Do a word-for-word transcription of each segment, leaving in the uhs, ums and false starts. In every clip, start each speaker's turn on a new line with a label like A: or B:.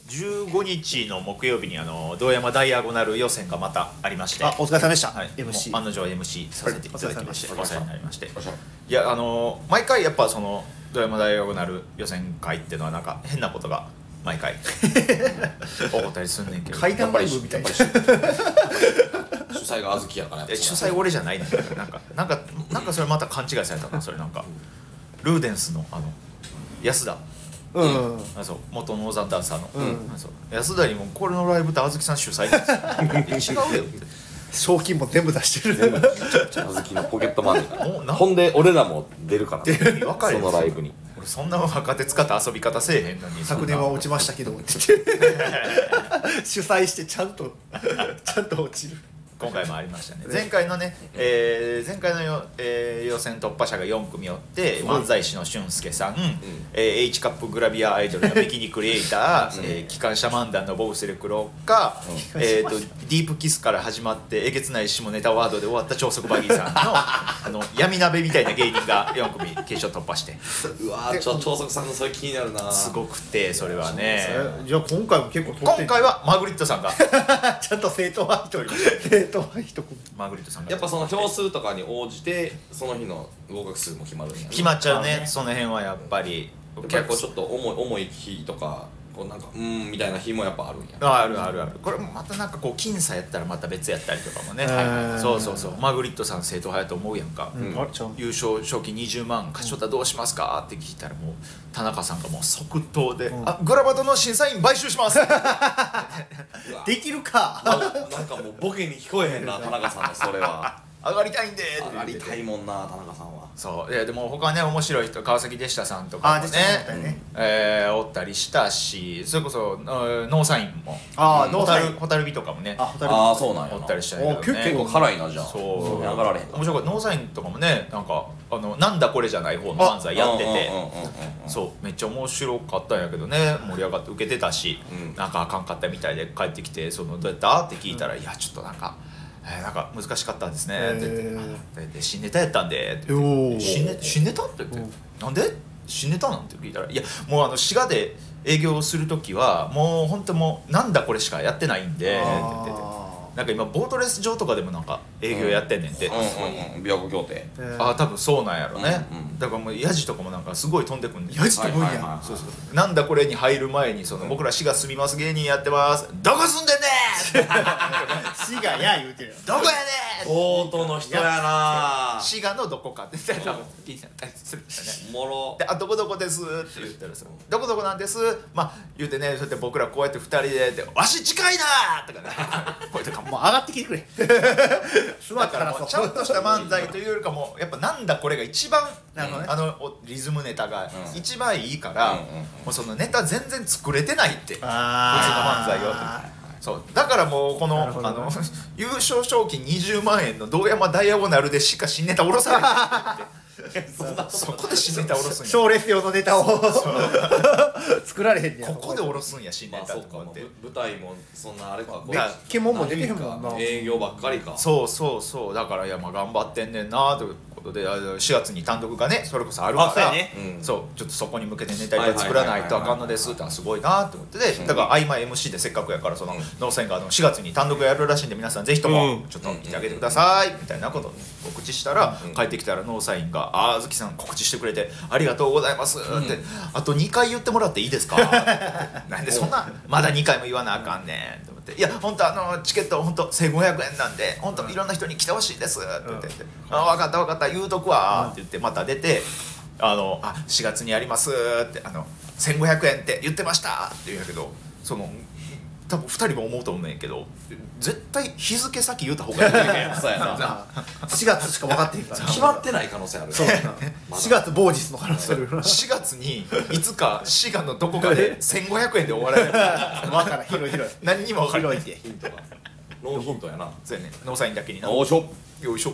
A: じゅうごにちの木曜日にあの堂山ダイアゴナル予選がまたありまして、
B: あ、お疲れ様でした、
A: はい、
B: エムシー
A: 案の定 エムシー させていただきまして、お世話になりまして、
C: い
A: やあの毎回やっぱその堂山ダイアゴナル予選会っていうのはなんか変なことが毎回起こったりすんねんけど、
B: 階段ライブみたいな
C: 主催が小豆やからやっぱ
A: 主催俺じゃないねんけど、なんかなんかなんかそれまた勘違いされたな、それなんかルーデンスのあの安田、
B: うん、うん、
A: あそう元ノーザンダンサーの、
B: うん、
A: あそう安田にもこれのライブってあずきさん主催です違うよって
B: 賞金も全部出してる
C: 全部小豆のポケットマネ
A: おな
C: ーほんで俺らも出るからね
A: 分かるよ
C: そのライブに
A: 俺そんな若手使った遊び方せえへんのに
B: 昨年は落ちましたけどって言って主催してちゃんとちゃんと落ちる。
A: 今回もありましたね。前回のね、えー、前回のよ、えー、予選突破者がよんくみおって、漫才師の俊介さん、うん、えー、H カップグラビアアイドルのビキニクリエイター、うん、えー、機関車漫談のボブスレクロッカー、うん、えー、とディープキスから始まってえげつない下ネタワードで終わった超速バギーさんのあの闇鍋みたいな芸人がよんくみ決勝突破して、
C: うわーちょ超速さんのそれ気になるな。
A: すごくてそれはね。
B: じゃあ今回も結構撮って
A: 今回はマグリットさんが
B: ちゃんと正統派一人正統派一組
A: マグリットさんが
C: やっぱその票数とかに応じてその日の合格数も決まるんやね。
A: 決まっちゃうね、その辺はやっぱり
C: 結構ちょっと重い重い日とかこうなんかうーんみたいな日もやっぱあるんや。
A: あるあるある。これもまたなんかこう僅差やったらまた別やったりとかもね、
B: はい、
A: そうそうそう。マグリットさん正統派やと思うやんか、
B: うん、
A: 優勝賞金にじゅうまん勝ち取ったらどうしますかって聞いたらもう田中さんがもう即答で、うん、あグラバドの審査員買収します
B: できるか
C: なんかもうボケに聞こえへんな田中さんのそれは
A: 上がりたいんでって
C: 上がりたいもんな田中さんは。
A: そういやでも他ね面白い人川崎でしたさんとかもね、
B: ね、
A: えー、おったりしたし、それこそノーサインも
B: あ
A: ホタルホタルビとかもね
C: ああそうなんや
A: おったりしたり、ね、
C: 結構辛いなじゃあ。
A: そう
C: 上がられへん。
A: 面白い。ノーサインとかもねなんかあのなんだこれじゃない方の漫才やってて、そうめっちゃ面白かったんやけどね、盛り上がって受けてたし、うん、なんかあかんかったみたいで帰ってきてそのどうやったって聞いたら、うん、いやちょっとなんか。えー、なんか難しかったんですねって言ってで新ネタやったんでって言って新ネ新ネタって言ってなんで新ネタなんて聞いたらいやもうあの滋賀で営業する時はもう本当もうなんだこれしかやってないんでって言っててなんか今ボートレース場とかでもなんか営業やってんねんて、
C: うんうんうん、琵琶湖協定、
A: ああ多分そうなんやろね、
C: うんうん、
A: だからもうヤジとかもなんかすごい飛んでくんで
B: ヤジ飛ぶんや、
A: そうそうなんだこれに入る前にその、うん、僕ら滋賀住みます芸人やってますどこ住んでんねん
B: 滋賀や言うてる
A: どこやねん
C: 相当の人やな。
A: 滋賀のどこかって言ったら多分気になったりするんですよね。
C: おもろ
A: であどこどこですって言ったらさどこどこなんですまあ言うてねそうやって僕らこうやってふたりでわし近いなとかねこうやって
B: もう上がってきてくれ
A: だからもうちゃんとした漫才というよりかもやっぱなんだこれが一番、うん、あのリズムネタが一番いいから、うん、もうそのネタ全然作れてないって普通の漫才をそうだからもうこの、あの優勝賞金にじゅうまんえんの堂山ダイアゴナルでしか新ネタ下ろさないってそ, そこで新ネタ下ろすんや
B: 賞レース用のネタを作られへんねや
A: ここで下ろすんや新ネタとかって、
C: まあ、舞台もそんなあれか
B: 獣も出てへんもんな
C: 営業ばっかりか
A: そうそうそうだからいやまあ頑張ってんねんなということでしがつに単独がねそれこそあるからそう、ねうん、そうちょっとそこに向けてネタいっぱい作らないとあかんのですってすごいなって思ってでだから合間 エムシー でせっかくやからそのノーサインがあのしがつに単独やるらしいんで皆さんぜひともちょっと見てあげてくださいみたいなことを告知したら帰ってきたらノーサインが「ああずきさん告知してくれてありがとうございます」って「あとにかい言ってもらっていいですか?」なんでそんなまだにかいも言わなあかんねんって思って「いや本当あのチケット本当せんごひゃくえんなんで本当いろんな人に来てほしいです」って言って「あ分かった分かった言うとくわ」って言ってまた出て「あのあしがつにやります」ってあの「せんごひゃくえんって言ってました」って言うんやけどその多分ふたりも思うと思うんやけど絶対日付先言うた方がいいね
C: そうやな
B: しがつしか分かってへんから
C: 決まってない可能性ある
B: そうしがつ某日の可能性ある
A: しがつにいつか滋賀のどこかでせんごひゃくえんで終わられる分
B: からん広い広い
A: 何にも分からん
B: 広いってヒントが
C: ノーヒントやな
A: そうやねノーサインだけにな
C: よいしょ
A: よいしょ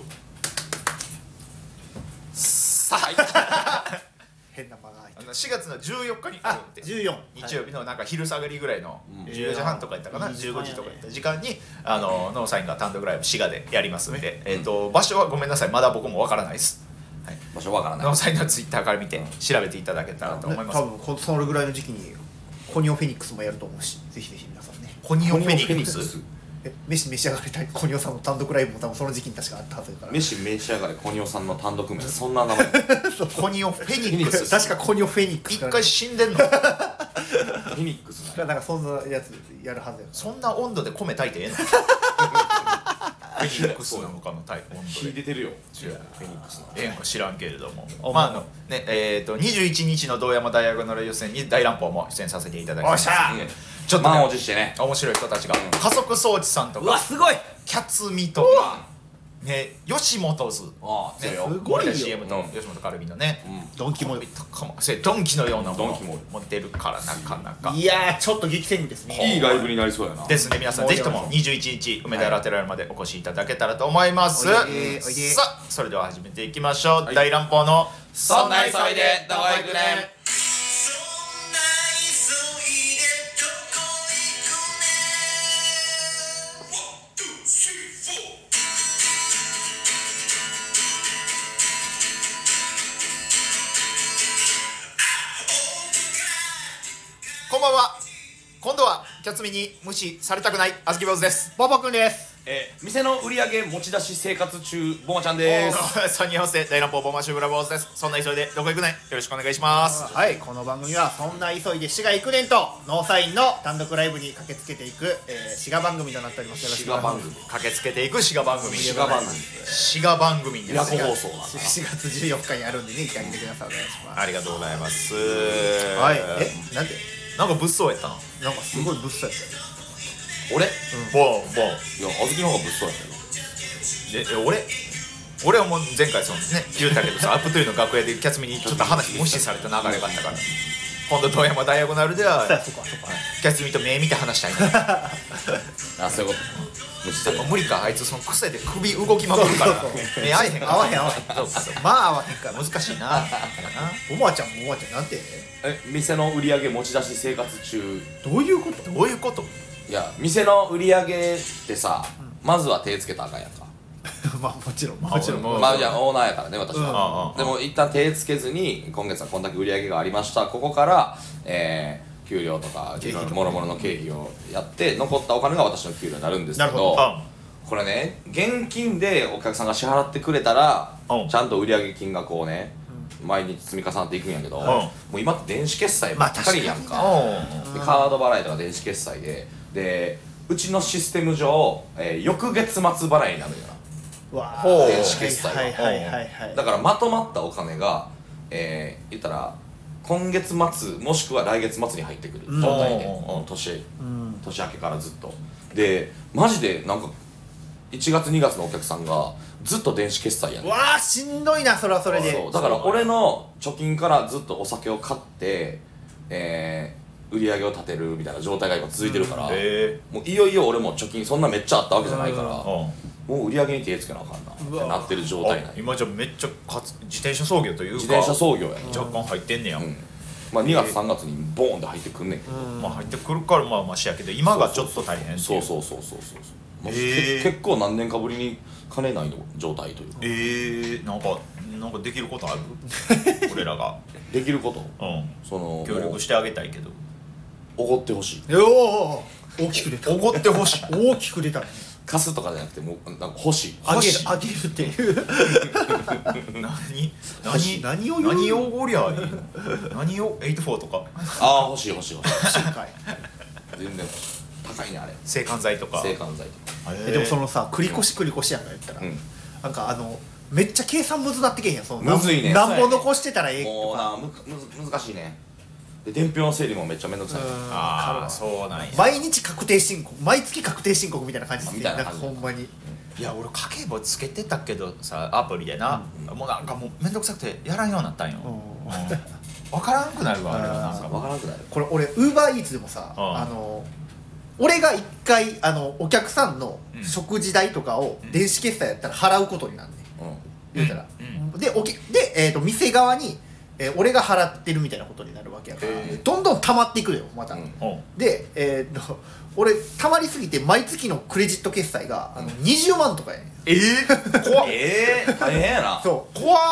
A: さあ
B: 変な間が入って
A: あのしがつのじゅうよっかにあるって
B: じゅうよっ
A: 日曜日のなんか昼下がりぐらいのじゅうよじはんとかやったかな、
B: うん、
A: じゅうごじとかやった時間にあのノーサインが単独ライブ滋賀でやりますんで、えーと場所はごめんなさいまだ僕もわからないです、はい、
C: 場所わからない
A: ノーサインのツイッターから見て調べていただけたらと思います。
B: 多分そのぐらいの時期にコニオフェニックスもやると思うし、ぜひぜひ皆さんね。
A: コニオフェニックス
B: え飯召し上がりたいコニオさんの単独ライブも多分その時期に確かあったはずだから。
C: 飯召し上がれコニオさんの単独名、そんな名前
A: コニオフェニックス
B: 確かコニオフェニックス
A: 一回死んでんの
C: フェニックス
B: なんかそんなやつやるはずや。
A: そんな温度で米炊いてええのフェニックスなのかのタイプ温度で
C: 火出てるよ。
A: 違う
C: フェニックスの
A: ええんか知らんけれども、
B: あ
A: まああのねえー、とにじゅういちにちの堂山大学の予選に大乱暴も出演させていただきました。
B: おっしゃ
C: うん
A: ちょっとね
C: 満を持してね。
A: 面白い人たちが、
C: うん
A: 加速装置さんと
B: うわ
A: か
B: すごい。
A: キャツミとかね吉本図
C: ああ、
A: ね
C: そうよ。
B: すごいよ
A: シーエム と
C: うん
A: 吉本カルビのね、
C: うん
B: ドンキも。
A: とかもせドンキのようなもの
C: ドンキも
A: 持ってるからなかなか
B: いやーちょっと激戦区ですね。
C: いいライブになりそうやな。
A: ですね。皆さんぜひともにじゅういちにち梅田ラテラルまでお越しいただけたらと思います。
B: おいでおいで
A: さあそれでは始めていきましょう、
C: はい
A: 大乱暴の
C: そんな急いでどこ行くねん。
A: こんばんは。今度はキャツミに無視されたくないあずき坊主です。
B: ボボくんです。
C: えー、店の売り上げ持ち出し生活中、ボマちゃんです。
A: さんにん合わせ大乱暴ボマシュブラ坊主です。そんな急いでどこ行くねん、よろしくお願いします。
B: はい、この番組はそんな急いで滋賀行くねんとノーサインの単独ライブに駆けつけていく、えー、滋賀番組となっております。よろしくお願いします。
C: 滋賀番組
A: 駆けつけていく滋賀番組
C: 滋賀番組
A: 滋賀番組です。
C: ヤコ放送なんだな。
B: しがつじゅうよっかにあるんでね、一回見てください。お願いします。
A: ありがとうございます。
B: はい、え、なんで
A: なんか物騒やったな。
B: なんかすごい物騒やったよ。
C: 俺い
A: ボンボン
C: や、あずきの方が物騒やったよ。
A: でえ俺俺はもう前回そのね言うたけどさアップトゥーの楽屋でキャツミにちょっと話無視された流れがあったから、今度遠山ダイアゴナルでは
B: そうやそこはそこは
A: キャツミと目見て話したいんだ。
C: あ、そういうこと。無視される。
A: 無理か、あいつその癖で首動きまくるから
B: そうそうそう
A: 目合えへんから
B: 合わへん合わへん
A: そうそうそう
B: まあ合わへんから。
A: 難しいな
B: おばあちゃんもおばあちゃんなんて
C: え、店の売り上げ持ち出し生活中。
B: どういうこと
A: どういうこと？
C: いや、店の売り上げってさ、まずは手つけたらあかんやんか。
B: まあもちろん
A: まあ
B: もちろん
A: もう
C: まあじゃあオーナーやからね、私は、
A: うん
C: でも一旦手つけずに今月はこんだけ売り上げがありました、ここから、えー、給料とか
B: 経費とか
C: もろもろの経費をやって残ったお金が私の給料になるんですけ
B: なる
C: ど、
B: ほ
C: これね現金でお客さんが支払ってくれたら、
A: うん
C: ちゃんと売上金がこうね、毎日積み重なっていくんやけど、
A: ん
C: もう今って電子決済ばっかりやんか,、
A: うん
C: でカード払いとか電子決済ででうちのシステム上、えー、翌月末払いになるんやな。
B: うわ
A: ほう
C: 電子決済は
B: はいはいはいはい
C: だからまとまったお金が、えー、言ったら今月末もしくは来月末に入ってくる状態で、
A: うん
C: うん年
B: うん
C: 年明けからずっとでマジでなんかいちがつにがつのお客さんがずっと電子決済やねん。
B: うわあしんどいなそれはそれで。
C: そうだから俺の貯金からずっとお酒を買って、えー、売り上げを立てるみたいな状態が今続いてるから、
A: え
C: もういよいよ俺も貯金そんなめっちゃあったわけじゃないから、
B: うん
A: ーうん
C: もう売り上げに手つけなあかんなってなってる状態なんや。
A: あ今じゃめっちゃかつ自転車操業というか
C: 自転車操業やね、
A: 若干入ってんねや、
C: うんまあ、にがつさんがつにボーンって入ってくんねんけど、
B: うん
A: まあ入ってくるからまあましやけど今がちょっと大変ってい
C: そうそうそうそうそうそう、まあ
A: へー
C: け結構何年かぶりに金ないの状態というか
A: えー、なんかなんかできることある俺らが
C: できること
A: うん
C: その
A: 協力してあげたいけど
C: おごってほしい
B: おお大きく出た。
A: おごってほしい
B: 大きく出たね。
C: 貸すとかじゃなくてもうなんか欲しい
B: あげる
A: 欲しい
B: あげるっていう。
A: 何何
B: 何を言う
A: 何をおごりゃいいの何をはちじゅうよんとか
C: ああ欲しい欲しい欲しい
B: 深海
C: 全然高いねあれ
A: 制汗剤とか
C: 制汗剤とか
A: へー
B: えでもそのさ繰り越し繰り越しやんか言ったら、
C: うん
B: なんかあのめっちゃ計算むずなってけへんやん。その
C: むずいね
B: なんぼ
C: そうやね
B: 残してたらええ
C: もう
B: とか。
C: なむむず難しいねで伝票の整理もめっちゃめんどくさい
B: うん
A: ああそうなんや
B: 毎日確定申告毎月確定申告みたいな感じですね。なんか
C: みたいな感じ
B: ほんまに
A: いや俺家計簿つけてたけどさアプリでな、もうなんかもうめんどくさくてやらんようになったんよ、
B: うん
A: うん分からんくなるわあれはなんか
C: わからなくなる
B: これ俺ウーバーイーツでもさ、
A: うん
B: あの俺が一回あのお客さんの
A: うん
B: 食事代とかを電子決済やったら払うことになるね、
C: う
B: 言うたら、
A: うん
B: でおけで、えー、と店側に、えー俺が払ってるみたいなことになるわけやから、
A: へー
B: どんどん溜まっていくのよまた、
C: うん
A: うん
B: で、えー、と俺溜まりすぎて毎月のクレジット決済があのにじゅうまんとかやねん
A: えー、怖っ
C: ええー、大変やな
B: そう
A: 怖っ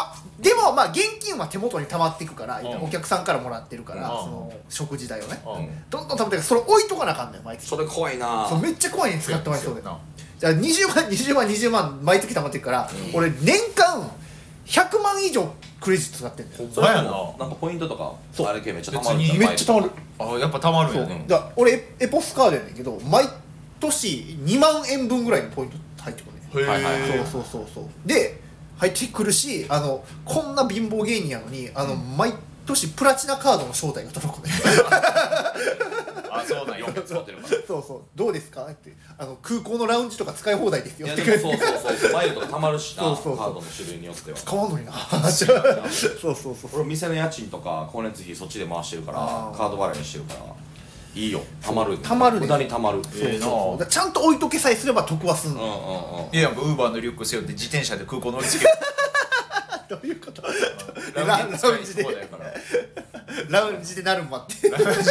B: でもまあ現金は手元に溜まっていくから、
A: うん
B: お客さんからもらってるから、
A: うん
B: その食事代をね、
A: うん
B: どんどん食べてるからそれ置いとかなあかんのよ毎月。
C: それ怖いな
B: そうめっちゃ怖いねん使ってまいそうで。
A: な
B: じゃあにじゅうまんにじゅうまんにじゅうまん毎月貯まってるから、俺年間ひゃくまん以上クレジット使ってんだよ。
C: それでもなんかポイントとか
B: そう
C: あれ系めっちゃたまる
A: 別に
B: めっちゃ貯まる。
A: あやっぱたまる
B: そう
A: よね
B: だから俺エエポスカードやねんけど毎年にまんえんぶんぐらいのポイント入ってくるねん。
A: へ
C: はいはいはい
B: そうそうそうそうで入ってくるし、あのこんな貧乏芸人やのにあの、うん、毎年プラチナカードの招待が届くね
A: あそうなんよ
C: よんかい使ってるから
B: そうそうどうですかってあの空港のラウンジとか使い放題ですよ
C: いや
B: って
C: でもそうそうそうマイルとかたまるしな
B: そうそうそう
C: カードの種類によっては
B: 使わんのになそうそうそうそう
C: 俺店の家賃とか光熱費そっちで回してるから
B: あー
C: カード払いにしてるからいいよたまる
B: たまるね
C: 無駄にたまる
B: そうそう
A: ええな
B: そうだからちゃんと置いとけさえすれば得はすんの、
C: うんうんうん
A: いやウーバーのリュック背負って自転車で空港乗りつける
B: どういうこと
A: ラ
B: ラウン
A: ウンジ使い
B: ジで
A: 放題やから
B: ラウンジでなるん待って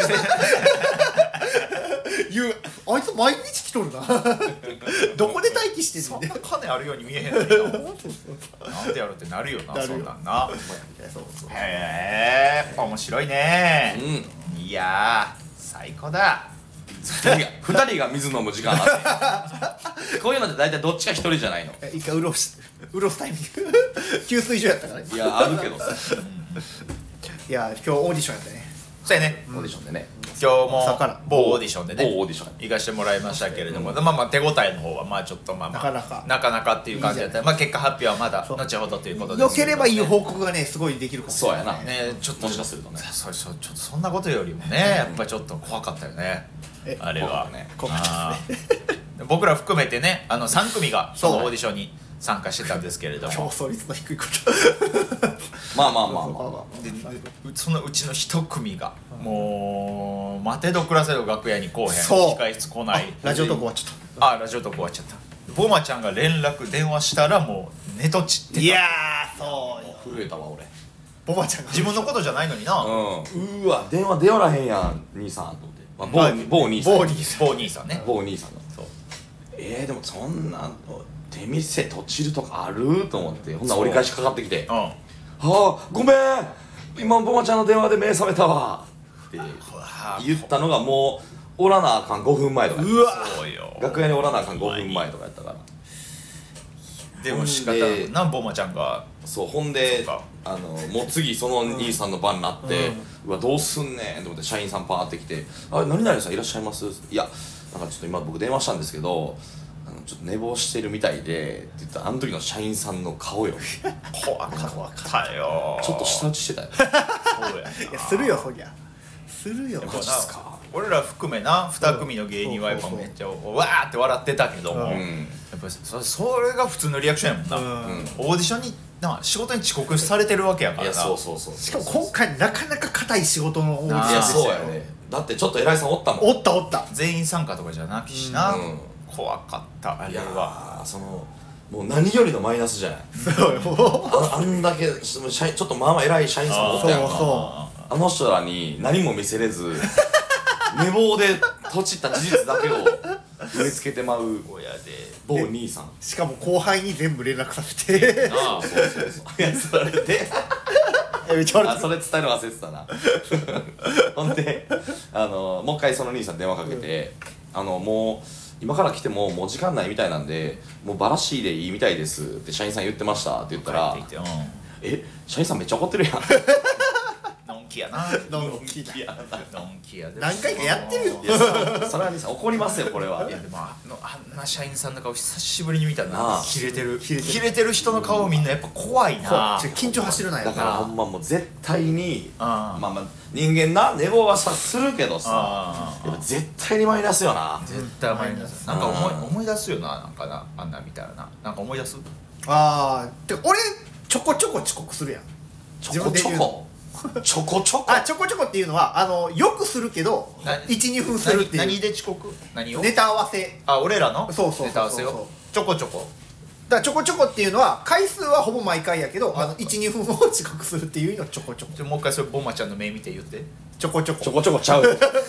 B: 言うあいつ毎日来とるなどこで待機してんの
A: そんな金あるように見えへんのにななんでやろってなるよな
B: なるよ
A: そんなんな
B: そうそう
A: へえ面白いね
C: うん
A: いやー最高だ
C: ふたりがふたりが水飲む時間あってこういうのって大体どっちか一人じゃないの
B: え一回うろしうろすタイミング給水所やったからね
C: いやあるけどさ
B: いや今日オーディションやったね
A: そうやね
C: オーディションでね
A: 今日も
B: 朝から
A: 某オーディションでね
C: 某オーディション
A: 行かしてもらいましたけれども、まあまあ手応えの方はまあちょっとまあまあ
B: なかなか
A: なかなかっていう感じだった
B: いいじゃ
A: まあ結果発表はまだ
B: そう
A: 後ほどということで
B: 良ければいい報告がねすごいできるかもしれない
C: そうやな
A: ねちょっと
C: もしかするとね
A: そうそうちょっとそんなことよりもねやっぱちょっと怖かったよね
B: え
A: あれは
C: ね
B: 怖かったですね
A: あー僕ら含めてねあのさん組がそ
B: そう
A: のオーディションに参加してたんですけれど
B: 競
A: も
B: 争率の低いこと
C: まあまあまあまあまあ
A: ででそのうちの一組がもう待てど暮らせど楽屋に来おへん
B: そう
A: 控室来ない
B: ラジオトーク終わっちゃっ
A: あラジオトーク終わっちゃったボマちゃんが連絡電話したらもう寝とちってた
B: たいやーそうよ
C: 震えたわ俺
B: ボバちゃんが
A: 自分のことじゃないのにな
C: うんうーわ電話出よらへんやん兄さんと思ってまあ某
B: はい
C: 某兄さん
B: 某兄さん
A: 某兄さんね
C: 某兄さんの
A: そう
C: えー、でもそんな出店とちるとかあると思ってほんなら折り返しかかってきて「
A: うん
C: はあごめん今ボマちゃんの電話で目覚めたわ」って言ったのがもうおらなあかんごふんまえとか
B: うわ
A: そうよ
C: 楽屋におらなあかんごふんまえとかやったから
A: でも仕方
C: ほんで
A: なんボマちゃんが
C: そうほんで
A: そうか
C: あのもう次その兄さんの番になって、うわどうすんねんと思って社員さんパーって来て「あ何々さんいらっしゃいます?」いやなんかちょっと今僕電話したんですけどあのちょっと寝坊してるみたいでって言ったらあの時の社員さんの顔よ
A: 怖かったよ
C: ちょっと舌打ちしてたよ
A: そうやない
B: やするよそりゃするよ
A: やっぱ
C: マジっすか
A: な俺ら含めなに組の芸人はやっぱめっちゃわーって笑ってたけども、
B: うん
A: やっぱそそれが普通のリアクションやもんな、
B: うん
C: うん
A: オーディションにな仕事に遅刻されてるわけやからな
C: いやそうそうそう
B: しかも今回なかなか硬い仕事のオーディ
A: あー
C: いや
B: ションですよ
C: そうやねだってちょっと偉いさんおったもん
B: おったおった
A: 全員参加とかじゃなきしな、
C: うん
A: 怖かったあれ
C: いや
A: は
C: ーそのもう何よりのマイナスじゃない
B: そうよ
C: ああんだけ社員ちょっとまあまあ偉い社員さんもおったやんか
B: そうそ
C: あの人らに何も見せれず寝坊でとちった事実だけを植え付けてまう
A: 親で
C: 某兄さん
B: しかも後輩に全部連絡させて
A: なあ
C: そうそうそういやそれで
B: めっちゃ笑
C: あ
B: って
C: それ伝えるの忘れてたなほんであのもう一回その兄さんに電話かけて、あのもう今から来てももう時間ないみたいなんでもうバラシーでいいみたいですって社員さん言ってましたって言ったら
A: 帰ってきてうん
C: え社員さんめっちゃ怒ってるやん
A: のんきやな
B: のんきだ
A: のんきやで
B: 何回かやってるよ
C: いやそそれは兄さん怒りますよこれはい
A: やでもあのあんな社員さんの顔久しぶりに見た
C: な
A: な
C: あ
A: キレてる
B: キレてる
A: キレてる人の顔みんなやっぱ怖いな
B: ちょ緊張走るなよ
C: だからほんまもう絶対に
A: あ
C: まあまあ人間な寝坊はさするけどさ
A: あ
C: やっぱ絶対にマイナスよな
A: 絶対マイナスなんか思い
C: うん
A: 思い出すよななんかなあんなん見たらななんか思い出す
B: ああてか俺ちょこちょこ遅刻するやん
C: ちょこちょこちょこちょこ
B: あちょこちょこっていうのはあのよくするけど
A: な
B: じゅうにふんするっていう
A: 何何で遅刻何を
B: ネタ合わせ
A: あ俺らの
B: そうそうそうそう
A: ネタ合わせをちょこちょこ
B: だからちょこちょこっていうのは回数はほぼ毎回やけどあのいちにふんを遅刻するっていうのをちょこちょこ
A: じゃあもう一回それボマちゃんの目見て言って
B: ちょこちょこ
C: ちょこちょこちゃう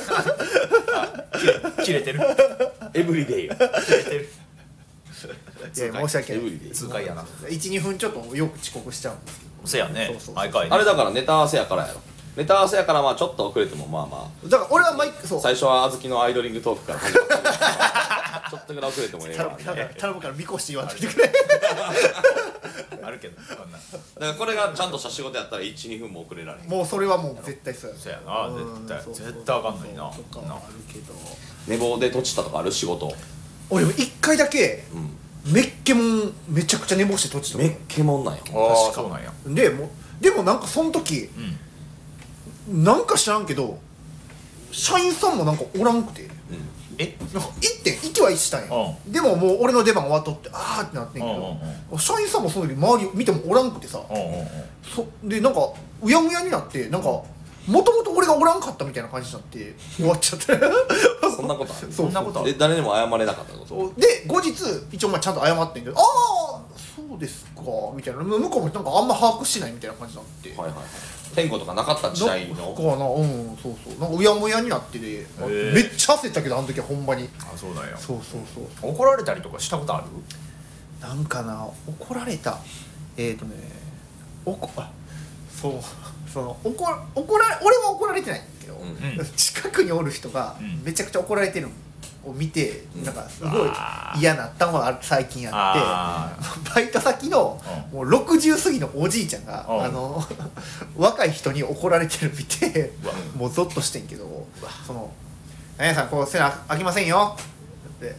A: キレてる
C: エブリデイよ
A: キレてる
B: いや申し訳ない
C: エブリデイ
A: 痛快やな
B: いちにふんちょっとよく遅刻しちゃうんですけど
A: せやね
B: そうそうそう
A: 毎回ね
C: あれだからネタ合わせやからやろ。ネタ合わせやからまあちょっと遅れてもまあまあ
B: だから俺は毎そう
C: 最初はあずきのアイドリングトークから始まってちょっとぐらい遅れてもええわ。
B: 頼む頼むから見越して言わんといてくれ
A: あるけどこんな
C: だからこれがちゃんとした仕事やったらいち、にふんも遅れられへん。
B: もうそれはもう絶対そうや
A: そうやな
B: うん
A: 絶対
B: そうそう
A: 絶対あかんのにな
B: とかはあるけど
C: 寝坊で閉じたとかある仕事。
B: 俺も一回だけ
C: うん。
B: めっけもんめちゃくちゃ寝坊して閉じた
C: めっけもんなんや。
A: ああそうなんや
B: でもうでもなんかその時
A: うん
B: なんか知らんけど社員さんもなんかおらんくて
A: え
B: なんか行って行きはしたんやでももう俺の出番終わっとってあーってなってんけ
A: うんうん
B: ど社員さんもその時周り見てもおらんくてさ
A: うんうんうん
B: そでなんかうやむやになってなんかもともと俺がおらんかったみたいな感じになって終わっちゃって
C: そんなことある。
B: そう
A: そんなことある
C: で誰にも謝れなかったってこと。
B: そうで後日一応まあちゃんと謝ってんけどああそうですかみたいな向こうもなんかあんま把握しないみたいな感じになって
C: はいはいはい。点呼とかなかった時代の。
B: かなうんそうそうなんかうやむやになってで
A: ー
B: めっちゃ焦ったけどあの時はほんまに
A: あそうなんや
B: そうそうそう
A: 怒られたりとかしたことある
B: なんかな怒られたえーとねおこあそうその怒ら怒られ俺は怒られてないんだけど、
C: うん
A: うん
B: 近くにおる人が
A: うん
B: めちゃくちゃ怒られてるのを見て、
C: うん
B: なんかすごい
A: あー
B: 嫌なったのが最近あ
A: あ
B: ってバイト先の
A: う
B: もうろくじゅう過ぎのおじいちゃんが
A: うん
B: あの若い人に怒られてるの見て
A: うわ
B: もうゾッとしてんけどその「何々さんこうせなあきませんよ」って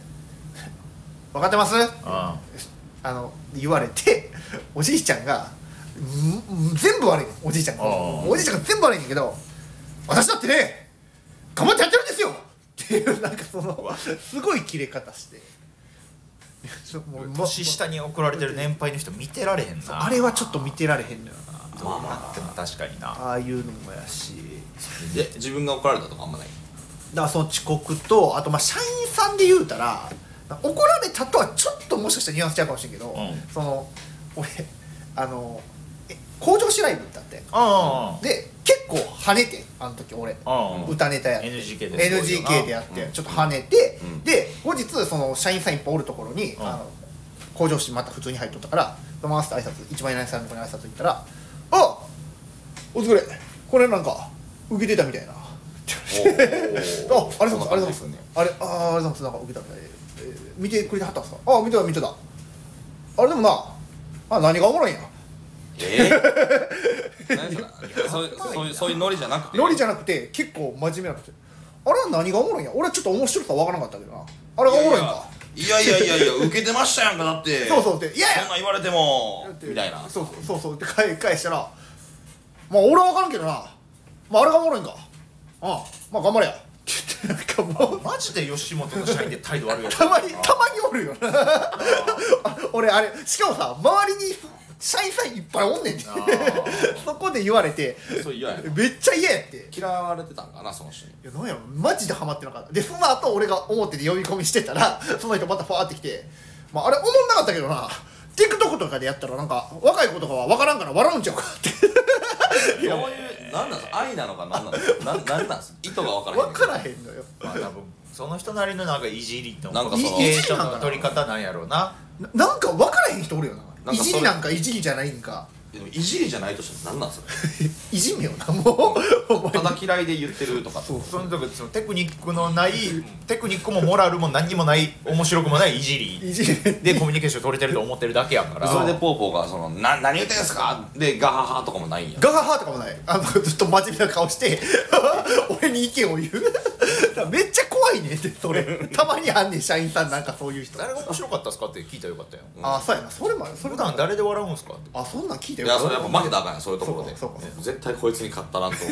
B: 「分かってます?」
A: あ
B: あの言われておじいちゃんがん全部悪いねんおじいちゃんが
A: ああ
B: おじいちゃんが全部悪いねんけど私だってね頑張ってやってるんですよっていうなんかそのすごい切れ方してちょもう
A: 年下に怒られてる年配の人見てられへんな
B: あれはちょっと見てられへんのよな
A: どうなっても確かにな
B: ああいうのもやし
C: で自分が怒られたとかあんまない。
B: だからその遅刻とあとまあ社員さんで言うたら怒られたとはちょっともしかしたらニュアンスちゃうかもしれんけど、
A: うん
B: その俺あのえ向上しライブってあって
A: あ
B: で結構跳ねてあの時俺
A: あ
B: 歌ネタやって
A: エヌジーケー ですごいよな
B: エヌジーケー でやって、
C: うん
B: ちょっと跳ねて、
C: うん
B: で後日その社員さんいっぱいおるところに、
A: うん
B: あの向上してまた普通に入っとったからどうもって挨拶一番偉いさんの子に挨拶行ったら「あお疲れこれなんか受けてたみたいな」
C: おー
B: あありがとうございますありがとうございます
C: そんな感じですね
B: あれあーありがとうございますなんか受けたみたいで、えー見てくれてはったんですかあ見てた見てたあれでもなあ何がおもろいんや
C: えー、何それそうそういうそういうノリじゃなくて
B: ノリじゃなくて結構真面目なことあれは何がおもろいんや俺はちょっと面白さわからなかったけどなあれがおもろいんか
C: いやいやいやいや受けてましたやんかだって
B: そうそうっていやいや
C: そんなん言われてもみたいな
B: そうそうそうそうって返返したらまあ俺は分からんけどなまああれがおもろいんかああまあ頑張れやって言ってなんかもう
A: マジで吉本の社員で態度悪いやつ
B: たまにたまにおるよなあ俺あれしかもさ周りに社員さんいっぱいおんねんて
A: あー
B: そこで言われて
C: そう嫌やな
B: めっちゃ嫌やって
C: 嫌われてたんかなその人に
B: いやなんやろマジでハマってなかったでその後俺が表で呼び込みしてたらその人またファーってきてまああれ思んなかったけどな TikTok とかでやったらなんか若い子とかは分からんから笑うんちゃうかって
C: どういう何なんですか愛なのか何なんですか何なんですか意図が分からへん
B: 分からへんのよ
A: まあ多分その人なりのなんかいじりの
C: なんかその
A: コミュニケーションの取り方なんやろうな
B: ななんか分からへん人おるよな
C: なんかそれ
B: いじりなんかいじりじゃないんか
C: でもいじりじゃないとして何なんですか
B: いじめよなもうお前
C: ただ嫌いで言ってるとか
B: そう
A: その時そのテクニックのないテクニックもモラルも何にもない面白くもないいじり
B: いじり
A: でコミュニケーション取れてると思ってるだけやから
C: それでポーポーがそのな何言ってんすかでガハハとかもないんや
B: ガハハとかもないあのずっと真面目な顔して俺に意見を言うだからめっちゃ怖いねんってそれたまにあんねん社員さんなんかそういう人
A: 誰が面白かったっすかって聞いたらよかったよ
B: あそうやなそれもあるそれ
A: 普
B: もある
A: 段誰で笑うんすかって
B: あそんなん聞いたよ
C: いやそれやっぱ負けたらあかんやんそういうところで
B: そうかそうか
C: 絶対こいつに勝ったらんと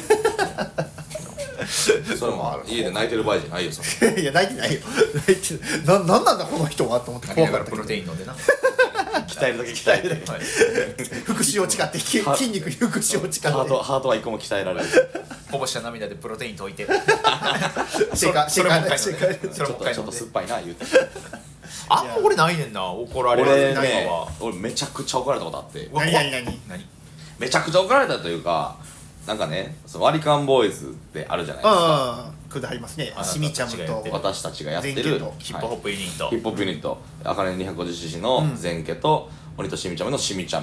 C: それも家で泣いてる場合じゃないよそれ
B: いや泣いてないよ泣いてななんなんだこの人はと思って
A: 泣きながらプロ
B: 怖かったけど
A: テイン飲んでな
C: 鍛えるだけ鍛えて
A: はい
B: 腹筋を誓ってき
C: は
B: 筋肉に腹筋を誓って
C: ハートハートは一個も鍛えられる
A: こぼした涙でプロテイン溶いて
B: シェイカー
A: それもう一回
B: シェイカー
A: 飲んでそれもう一回飲んで
C: ちょっと酸っぱいな言うて
A: あんま俺ないねんな怒られる
C: 俺
A: 何
C: ね
A: かは
C: 俺めちゃくちゃ怒られたことあって
A: うわ
B: 何何何
A: 何
C: めちゃくちゃ怒られたというかなんかねその割り勘ボーイズってあるじゃないですか
B: うんくだりますね
A: あなた
B: しみちゃむと
A: たちがやってる
C: 私たちがやってる
B: 全家と
A: ヒップホップユニット
C: ヒップホップユニットあかね にひゃくごじゅうシーシー の前家と鬼としみちゃむのしみちゃむ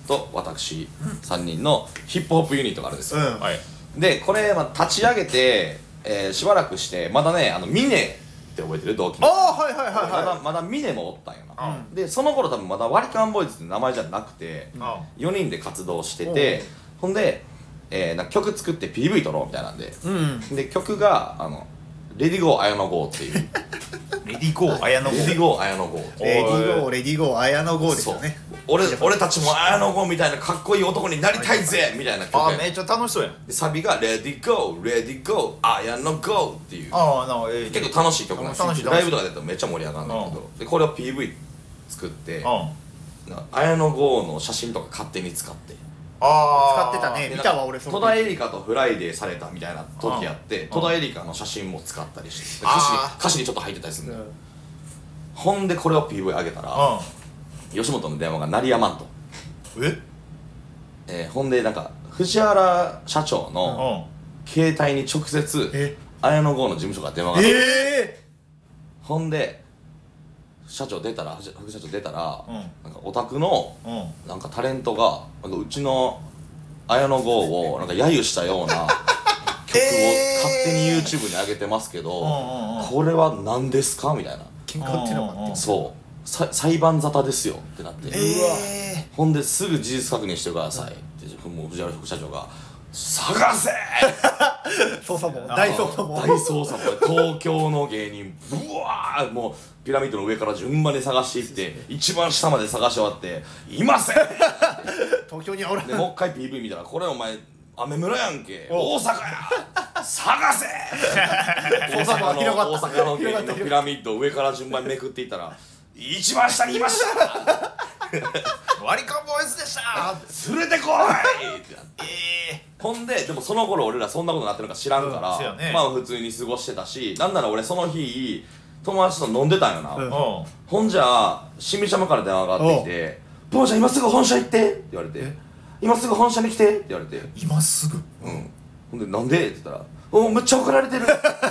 C: と私さんにんのヒップホップユニットがあるんですよ、
B: うん
A: はい
C: でこれ、まあ、立ち上げて、えー、しばらくしてまだねあのミネって覚えてる同期の
B: ああはいはいはい
C: まだ
B: は
C: まだミネもおったんやな、
B: うん
C: でその頃多分まだ割り勘ボーイズって名前じゃなくて
A: あ
C: よにんで活動しててほんで、えー、なんか曲作って ピーブイ 撮ろうみたいなんで
B: いうん
C: で曲があのレディゴー綾野剛っていう
A: レディーゴー綾野
C: レディゴー綾野剛っていう
B: レディーゴーレディーゴー綾野剛ですよね
C: 俺俺たちも綾野剛みたいなかっこいい男になりたいぜみたいな曲や
A: あめっちゃ楽しそうやん
C: でサビが「レディゴーレディゴー綾野剛」っていう
A: ああなええ
C: 結構楽しい曲なんですよ
A: 楽しい楽しい
C: ライブとかでやったらめっちゃ盛り上がるんだけどでこれを ピーブイ 作って
A: うん
C: な綾野剛の写真とか勝手に使って
A: あ
B: 使ってたね
C: で
B: 見たわ俺その
C: 戸田恵梨香とフライデーされたみたいな時やって戸田恵梨香の写真も使ったりして歌詞に
A: あー
C: 歌詞にちょっと入ってたりするんだよ
B: うん
C: ほんでこれを ピーブイ 上げたら
A: う
C: 吉本の電話が鳴りやまんと、
A: んえ
C: えーほんでなんか藤原社長
A: う
C: の
A: ん
C: 携帯に直接
B: え
C: 綾野剛の事務所から電話があって
B: え
C: ほんで社長出たら副社長出たら、
A: うん
C: なんかオタクの
A: うん
C: なんかタレントがなんかうちの綾野剛をなんか揶揄したような曲を勝手に YouTube に上げてますけど、
A: うんうんうん
C: これは何ですかみたいな
B: 喧嘩売ってなかった
C: そうさ裁判沙汰ですよってなって、
A: え
C: ほんですぐ事実確認してくださいってもう藤原副社長が「探せ!」
B: 捜査も大捜査も
C: 大捜査も東京の芸人ブワーもうピラミッドの上から順番に探していって一番下まで探し終わって「いません!」
B: 東京にはおらん
C: でもう一回 ピーブイ 見たら「これお前アメ村やんけ
B: お
C: 大阪や探せ!」大阪の
B: 広がった
C: 大阪の芸人のピラミッドを上から順番にめくっていったら「一番下にいました
A: 割り勘ボーイズでした
C: 連れてこい!」ってなって
A: え
C: ほんででもその頃俺らそんなことになってるのか知らんから、
A: うんそうやね
C: まあ普通に過ごしてたしなんなら俺その日友達と飲んでたんよな、
B: うん
A: えうん
C: ほんじゃあしみちゃまから電話がかかってきて「ボーちゃん今すぐ本社行って」って言われて「今すぐ本社に来て」って言われて
A: 今すぐ
C: うんほんで「なんで?」って言ったら「おむっちゃ怒られてる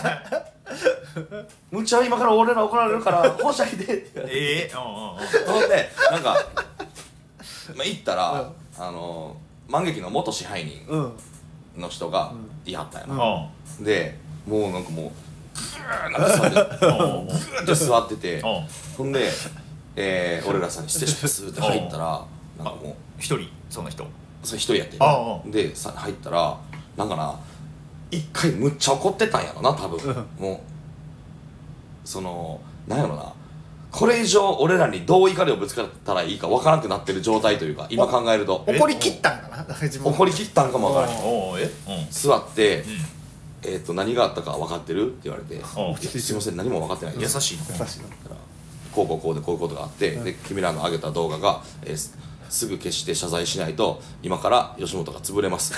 C: むっちゃ今から俺ら怒られるから本社来て」って言われて
A: ええうんうんうん
C: ほんでなんかまあ行ったら、あの万劇の元支配人
B: うん
C: の人がいはったんやな、
A: うん
C: でもうなんかもうグーなんか座ってグーって座ってて
A: うん
C: ほんで、えー、俺らさんに「失礼します」って入ったらなんかも
A: 一人その人
C: うそれ一人やって
A: ああ
C: でさ入ったらなんかな一回むっちゃ怒ってたんやろな多分もうそのなんやろなこれ以上俺らにどう怒りをぶつかったらいいか分からなくなってる状態というか今考えると
B: 怒り切ったんかな自分
C: 怒り切ったんかも分からへん
A: おおえうん
C: 座ってえー、と何があったか分かってるって言われて「い
A: うん
C: やすいません何も分かってないです」
A: 優しいの
B: 優しいな
C: こうこうこうでこういうことがあって、で君らの上げた動画が、えーすすぐ消して謝罪しないと今から吉本が潰れます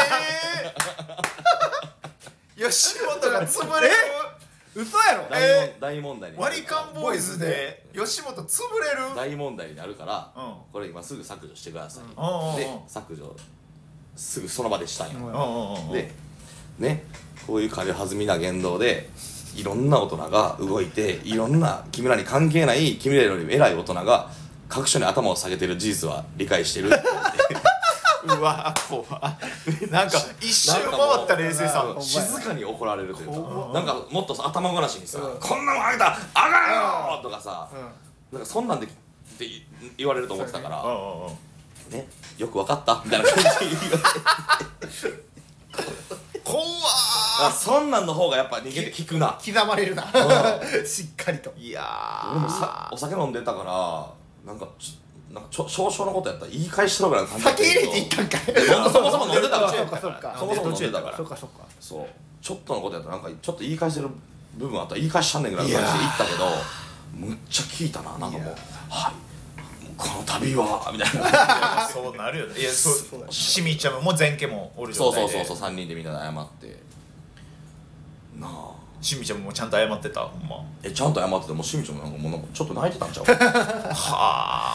A: えー、吉本が潰れる
B: 嘘やろ
C: 大問大問題になる
A: 割り勘ボーイズで吉本潰れる
C: 大問題になるから、
A: うん
C: これ今すぐ削除してください、
A: うんうん
C: で削除すぐその場でしたんや、
B: うん
A: うんうんうん
C: でねこういう軽はずみな言動でいろんな大人が動いていろんな君らに関係ない君らより偉い大人が各所に頭を下げてる事実は理解してるって
A: うわ怖なんか一周回った冷静さ
B: なんかもう
C: 静かに怒られるというか
B: 怖
C: なんかもっとさ頭ごなしにさ「
B: うん
C: こんなもんあげたらあかんよ!」とかさ
B: うん
C: なんかそんなんでって言われると思ってたから
A: うんうんうん
C: ねよくわかったみたいな感じで言われて
A: 怖
C: あそんなんの方がやっぱ逃げて聞くな
B: 刻まれるなしっかりと
A: いや
C: 俺もさお酒飲んでたからなんかちょなんかちょ少々のことやったら言い返しろぐらいの感じだったけど
B: 酒入れていったんかい
C: 飲んだそもそも飲んでたから
B: そうかそうか
C: そもそも飲んでたから
B: そうかそうか
C: そうちょっとのことやったらなんかちょっと言い返せる部分あったら言い返しちゃんねんぐらいの感じで言ったけどむっちゃ聞いたななんかもう「はいこの度は」みたいな
A: そうなるよねいやそう
B: そうだね
A: しみちゃんも前家もおる
C: そうそう
A: 状態で
C: そうそうさんにんでみんなで謝ってなあ
A: しみちゃんもちゃんと謝ってたほんま
C: えちゃんと謝っててもうしみちゃんもなんかもうなんかちょっと泣いてたんちゃう
A: はあ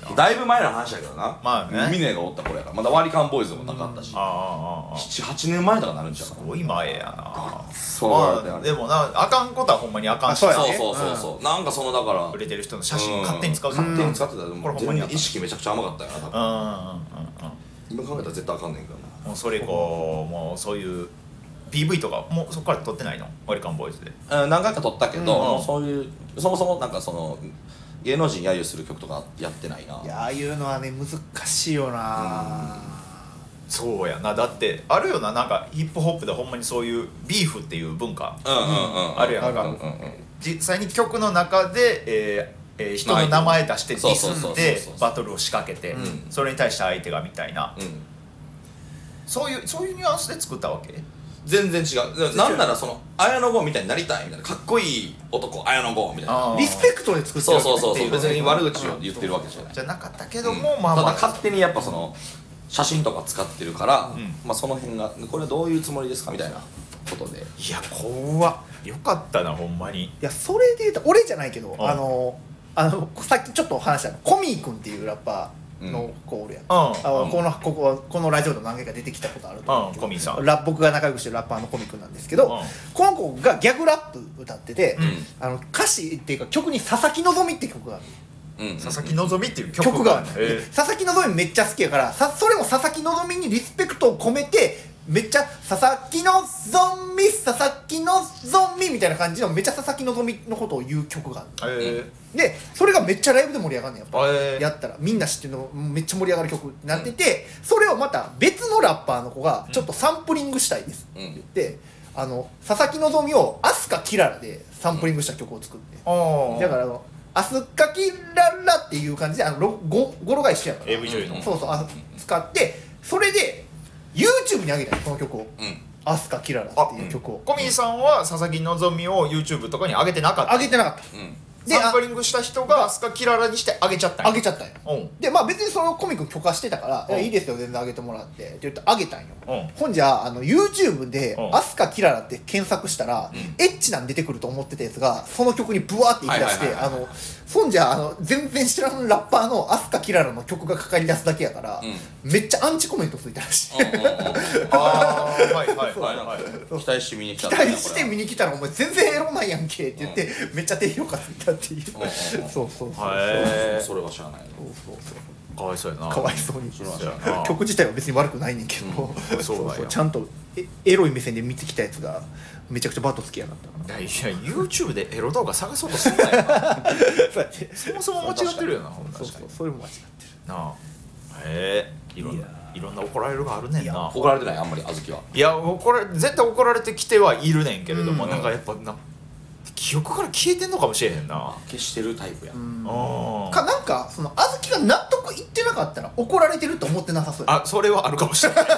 A: な。
C: だいぶ前の話だけどな。
A: まあね
C: ミネがおった頃やからまだ割り勘ボーイズもなかったし、
A: ああああああ
C: ななはちねんまえとかなるんちゃうか
A: すごい前やな。
C: そう
A: ま
C: だよ
A: あでもな、あかんことはほんまにあかんし
B: あそうやね
C: そうそうそうそう、なんかそのだから
A: 売れてる人の写真勝手に使う
C: 勝手に使ってたら
A: これ
C: もう
A: ほんまにあかん
C: 全然意識めちゃくちゃ甘かったよな多分。
A: うんうんうんうん
C: 今考えたら絶対あかんねんけどな。
A: もうそれ以降もうそういう ピーブイ とかもうそこから撮ってないの割り勘ボーイズで。
C: うん何回か撮ったけど、
A: うん
C: もうそういうそもそもなんかその芸能人揶揄する曲とかやってないな。
B: いやああいうのはね難しいよな。
A: そうやな。だってあるよな、なんかヒップホップでほんまにそういうビーフっていう文化
C: うんうんうん
A: あるやんか。
C: うんうんうん
A: 実際に曲の中で、えーえー人の名前出してディス
C: そうそうそうそう
A: って
C: そう
A: バトルを仕掛けて、
C: うん
A: それに対して相手がみたいな、
C: うん
A: そういうそういうニュアンスで作ったわけ。
C: 全然違う。なんならその綾野剛みたいになりたいみたいな、かっこいい男綾野剛みたいな。
A: あー
B: リスペクトで作って
C: そう
B: るわけね
C: そうそうそう、
A: っていう
C: 別に悪口を言ってるわけじゃない。
A: じゃなかったけども、まあ
C: ただ
A: まあ
C: 勝手にやっぱその写真とか使ってるから、
A: うん
C: まあその辺がこれどういうつもりですかみたいなことで。
A: いや怖っ、よかったなほんまに。
B: いやそれで言うと俺じゃないけど、
A: ん
B: あのあのさっきちょっと話したのコミーくんっていうラッパーの子おるやん、
A: うん
B: あの
A: うん
B: このこここのラジオでも何回か出てきたことあると思うけど、
A: うんコミーさん
B: ラ僕が仲良くしてるラッパーのコミーくんなんですけど、
A: うん
B: この子がギャグラップ歌ってて、
C: うん
B: あの歌詞っていうか曲に「佐々木希」って曲がある
C: うん
A: 佐々木希っていう曲
B: 曲があるの、
A: え
B: で佐々木希めっちゃ好きやからさそれも佐々木希にリスペクトを込めてめっちゃ佐々木希佐々木希みたいな感じのめっちゃ佐々木希のことを言う曲がある
A: ー、え
B: でそれがめっちゃライブで盛り上がんねんやっぱ、
A: えー
B: やったらみんな知ってるのめっちゃ盛り上がる曲になってて、それをまた別のラッパーの子がちょっとサンプリングしたいですって言って、あの佐々木希を飛鳥キララでサンプリングした曲を作って、
A: ー、
B: だからあの飛鳥キララっていう感じであのロゴ語呂が一緒やから
A: エーブイ 女優の
B: そうそうあ使ってそれで YouTube に上げたよこの曲を
C: うん
B: 飛鳥キララっていう曲を
A: コミーさんは佐々木希を YouTube とかに上げてなかった。
B: 上げてなかった
C: うん
B: で
A: サンプリングした人がスカキララにして上げちゃったんや。
B: 上げちゃったんよ
A: うん
B: でまあ別にそのコミック許可してたから「
A: うん
B: いやいいですよ全然上げてもらって」って言って上げたんよ、
A: うん
B: ほんじゃあの YouTube で
A: うん
B: 「アスカキララ」って検索したら、エッチなん出てくると思ってたやつがその曲にブワーって行き出して
C: はいはいはいはい
B: あのそんじゃあの全然知らんラッパーのアスカキララの曲がかかり出すだけやから、めっちゃアンチコメントついたらしい、
C: うんうんうん
A: ああはいはいはいはい。
C: 期待して見に来た
B: 期待して見に来たら「お前全然エロないやんけ」って言って、めっちゃ低評価ついたっていう、
C: うんうんうん
B: そうそうそう
A: へー
C: それは知らないの。
B: そうそうそう
A: かわいそうやな。
B: かわいそうに
A: そうやな
B: 曲自体は別に悪くないねんけど、
A: うんそうなんや
B: ちゃんとエエロい目線で見てきたやつがめちゃくちゃバット好きやなったか
A: いやいや YouTube でエロ動画探そうとすんなよな。
B: なそうやって
A: そもそも間違ってるよなほんま
B: そうそうそれも間違ってる
A: なあ。へえ、いろんない
B: や
A: いろんな怒られるがあるねんな。
C: 怒られてないあんまりあずきは。
A: いや怒られ絶対怒られてきてはいるねんけれども、
B: うん
A: なんかやっぱな記憶から消えてんのかもしれへんな。
C: 消してるタイプや。
B: うん
A: あ
B: かなんかそのあずきが納得いってなかったら怒られてると思ってなさそうや
A: あ、それはあるかもしれない。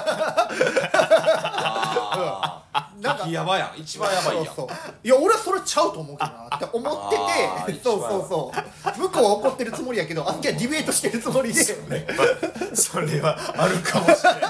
C: ああ。
B: なんか
C: 激ヤバやん。一番ヤバいやん。
B: そうそういや俺はそれちゃうと思うけどなって思って
C: あー
B: てそうそうそう向こうは怒ってるつもりやけどあずきはディベートしてるつもりで
A: それはあるかもしれない。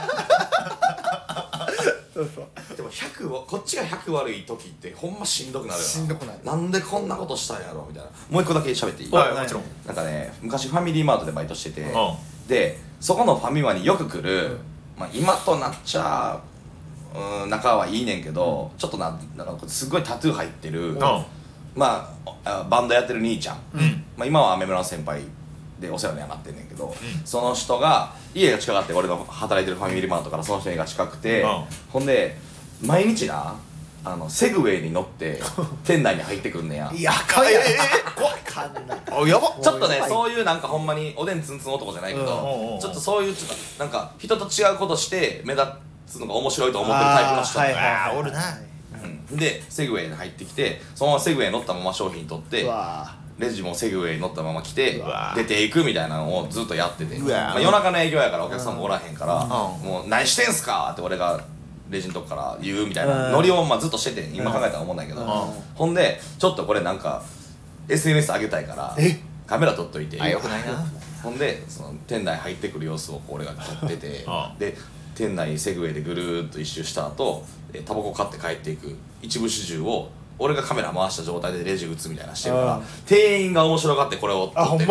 B: そうそう
C: でもひゃくはこっちがひゃく悪い時ってほんましんどくなるよな。
B: しんどくなる
C: なんでこんなことしたんやろみたいな。もう一個だけ喋っていい？
A: はいもちろん。
C: なんかね昔ファミリーマートでバイトしてて、
A: う
C: でそこのファミマによく来る、まあ、今となっちゃうん仲はいいねんけど、ちょっとななんかすごいタトゥー入ってる、
A: ん
C: まああバンドやってる兄ちゃん、
A: うん
C: まあ、今はアメ村の先輩でお世話にはなってんねんけど、その人が家が近かって俺の働いてるファミリーマートからその人の家が近くて、
A: うん
C: ほんで毎日なあのセグウェイに乗って店内に入ってくんねや。
B: いやあかんやん
A: えええ
B: 怖いかんない
A: あ、やばっ。
C: ちょっとね
B: おい
C: そういうなんかほんまにおでんツンツン男じゃないけど、
A: うん
C: ちょっとそういうちょっとなんか人と違うことして目立つのが面白いと思ってるタイプの人、
B: あーはいはいはい
A: あーおるな
C: うんでセグウェイに入ってきてそのままセグウェイ乗ったまま商品取って
B: うわ
C: レジもセグウェイに乗ったまま来て
A: うわ
C: 出ていくみたいなのをずっとやってて、
A: うわ
C: まあ、夜中の営業やからお客さんもおらへんから「
A: ん
C: もう何してんすか?」って俺がレジのとこから言うみたいな
B: うん
C: ノリをまあずっとしてて今考えたら思うんだけど、
B: うん
C: ほんでちょっとこれなんか エスエヌエス 上げたいから
B: え
C: カメラ撮っといて
A: あよくないな
C: ほんでその店内入ってくる様子を俺が撮ってて
A: ああ
C: で店内セグウェイでぐるーっと一周した後えタバコ買って帰っていく一部始終を俺がカメラ回した状態でレジ打つみたいなしてるから
B: ああ
C: 店員が面白がってこれを撮ってる
B: あほんまや
A: あ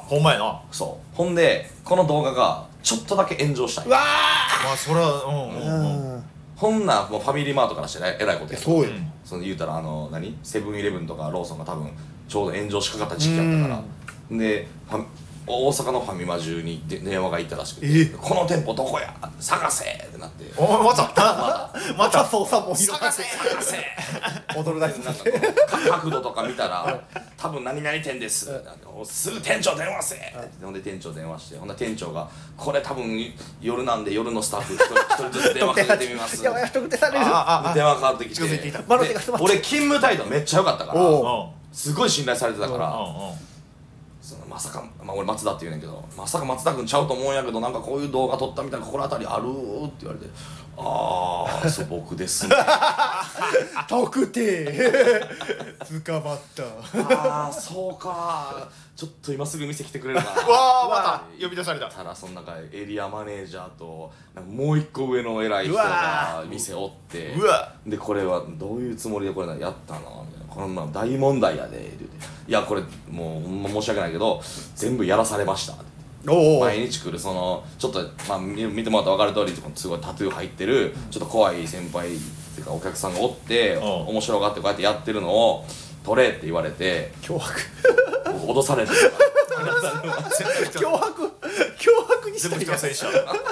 A: ほんまやな。
C: そうほんでこの動画がちょっとだけ炎上したんよ。
B: うわ
A: まあそれはうん
B: ー
A: うんうん
B: うん
C: ほんなもうファミリーマートからしてえらいことや
B: そうよ
C: その言うたらあの何セブンイレブンとかローソンが多分ちょうど炎上しかかった時期やったからでファ大阪のファミマ中にで電話が行ったらしくて
B: え
C: 「この店舗どこや探せ!」ってなって
A: おまた
B: また操作も広がって
C: 探せ
B: 踊るだけ
C: なんかこうか角度とか見たら「多分何々店です」すぐ店長電話せ!」ほんで店長電話してほんで店長が「これ多分夜なんで夜のスタッフ一人一人ずつ電話かけてみます」
B: やばい一口される
A: ああ
C: 電話かかってきて
B: 近づいてきた
C: で
B: マロテが迫って
C: 俺勤務態度めっちゃ良かったから
B: おう
C: すごい信頼されてたから
A: うんうん
C: そのまさか、まあ、俺松田って言うねんけどまさか松田君ちゃうと思うんやけどなんかこういう動画撮ったみたいな心当たりあるって言われて「ああそう僕ですね」
B: 特定捕まった
C: ああそうかちょっと今すぐ店来てくれるかな
A: わあまた呼び出された。
C: ただその中エリアマネージャーとなんかもう一個上の偉い人が店おって
A: うわ
C: でこれはどういうつもりでこれやったのみたいなこんなん大問題やでって言っていやこれもうほんま申し訳ないけど全部やらされました
B: おお
C: 毎日来るそのちょっと、まあ、見見てもらったら分かる通りすごいタトゥー入ってるちょっと怖い先輩っていうかお客さんがおって
A: うん
C: 面白がってこうやってやってるのを撮れって言われて
B: 脅迫
C: 脅されてる
B: 脅迫脅迫にし
A: 全
B: たい
A: 部強制した。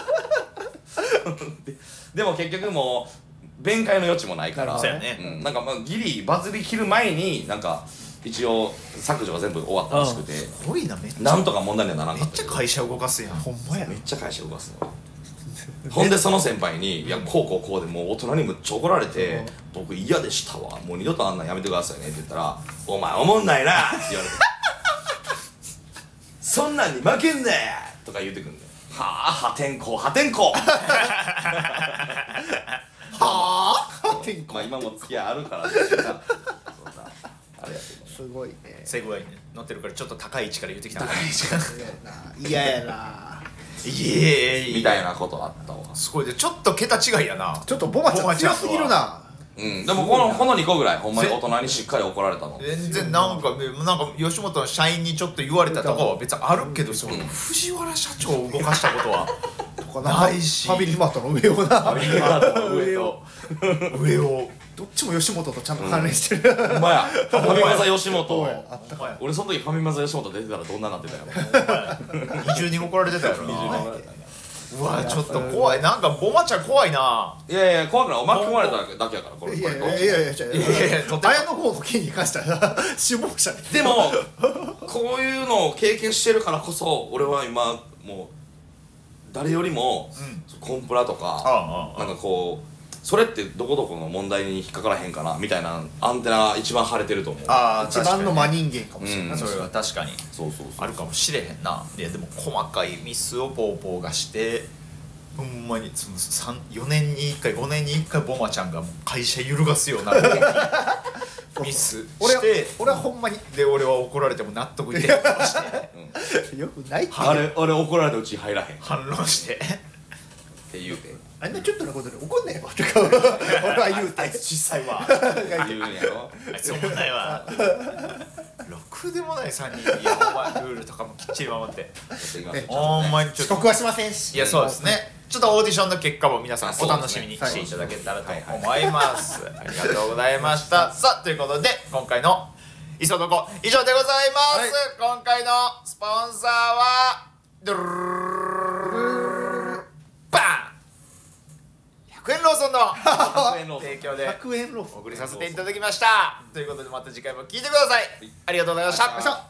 C: ででも結局もう弁解の余地もないから
A: そうやね
C: うん、なんかまあギリバズり切る前になんか一応削除が全部終わったらしくて
A: すごいなめっちゃ
C: なんとか問題にはならん
A: めっちゃ
C: かったけど
A: 会社動かすやん。
B: ほんまや
C: めっちゃ会社動かすのほんでその先輩に「いやこうこうこうでもう大人にむっちゃ怒られて僕嫌でしたわもう二度とあんなんやめてくださいね」って言ったら「お前おもんないな」って言われて「そんなんに負けんなよ!」とか言うてくんねんはあ破天荒破天荒
B: はあ天候
C: まあ今も付き合いあるからねそんなそんなあれやけど
B: すごいね
A: セグワイに乗ってるからちょっと高い位置から言ってきた。
B: 嫌やな
A: イエーイ
C: みたいなことあったわ
A: すごいでちょっと桁違いやな。
B: ちょっとボマちゃん強すぎるな
C: うんでもこのこのにこぐらいほんまに大人にしっかり怒られたの
A: 全然なんかねなんか吉本の社員にちょっと言われたとかは別にあるけど、その藤原社長を動かしたことは
B: とかな
A: ないし
B: ファミリーマートの上をな
C: ファミリーマートの上と
A: 上を
B: どっちも吉本とちゃんと関連してる
C: ほんまやファミマザ吉本
B: そうやあった
A: お前
C: 俺その時ファミマザ吉本出てたらどんななってたよ
A: 二重に怒られてたやろな。うわちょっと怖いなんかボマちゃん怖いな。
C: いやいや怖くない巻き込まれただけやからこれ
B: いやい
C: これ
B: やいやいやいや
A: いやいやとっても
B: 綾野剛の件に関しては首謀者で
C: でもこういうのを経験してるからこそ俺は今もう誰よりもコンプラとか
A: ああ
C: なんかこうそれってどこどこの問題に引っかからへんかなみたいなアンテナ一番張れてると思う
A: ああ
B: 一番の真人間かもしれない、
C: うん
A: それは確かに
C: そうそうそう
A: あるかもしれへんな。いやでも細かいミスをポーポーがしてほんまにそのさんよねんにいっかいごねんにいっかいボマちゃんがもう会社揺るがすようなミス
B: 俺は
A: して
B: 俺はほんまに
A: で俺は怒られても納得いって反論して
B: よくないって
C: あれ俺怒られたうち入らへんっ
A: 反論して
C: て言うて
B: あんなちょっとのことで怒んないよとか俺は言うて
A: あいつ小さいわ
C: 言うんやろ
A: あいつおもんないわろくでもないさんにんいやほんまルールとかもきっちり守って
B: ね
A: ほんまにちょっと
B: 遅刻はしませんし
A: いやそうですねちょっとオーディションの結果も皆さん
C: あそうですね
A: お楽しみにしていただけたらと思いますありがとうございましたさあということで今回の「いそどこ」以上でございます、
B: はい
A: 今回のスポンサーはドゥルルルバンひゃくえんローソンの提供で
B: ひゃくえんロー
A: お送りさせていただきましたということでまた次回も聞いてくださいありがとうございました
B: よいしょ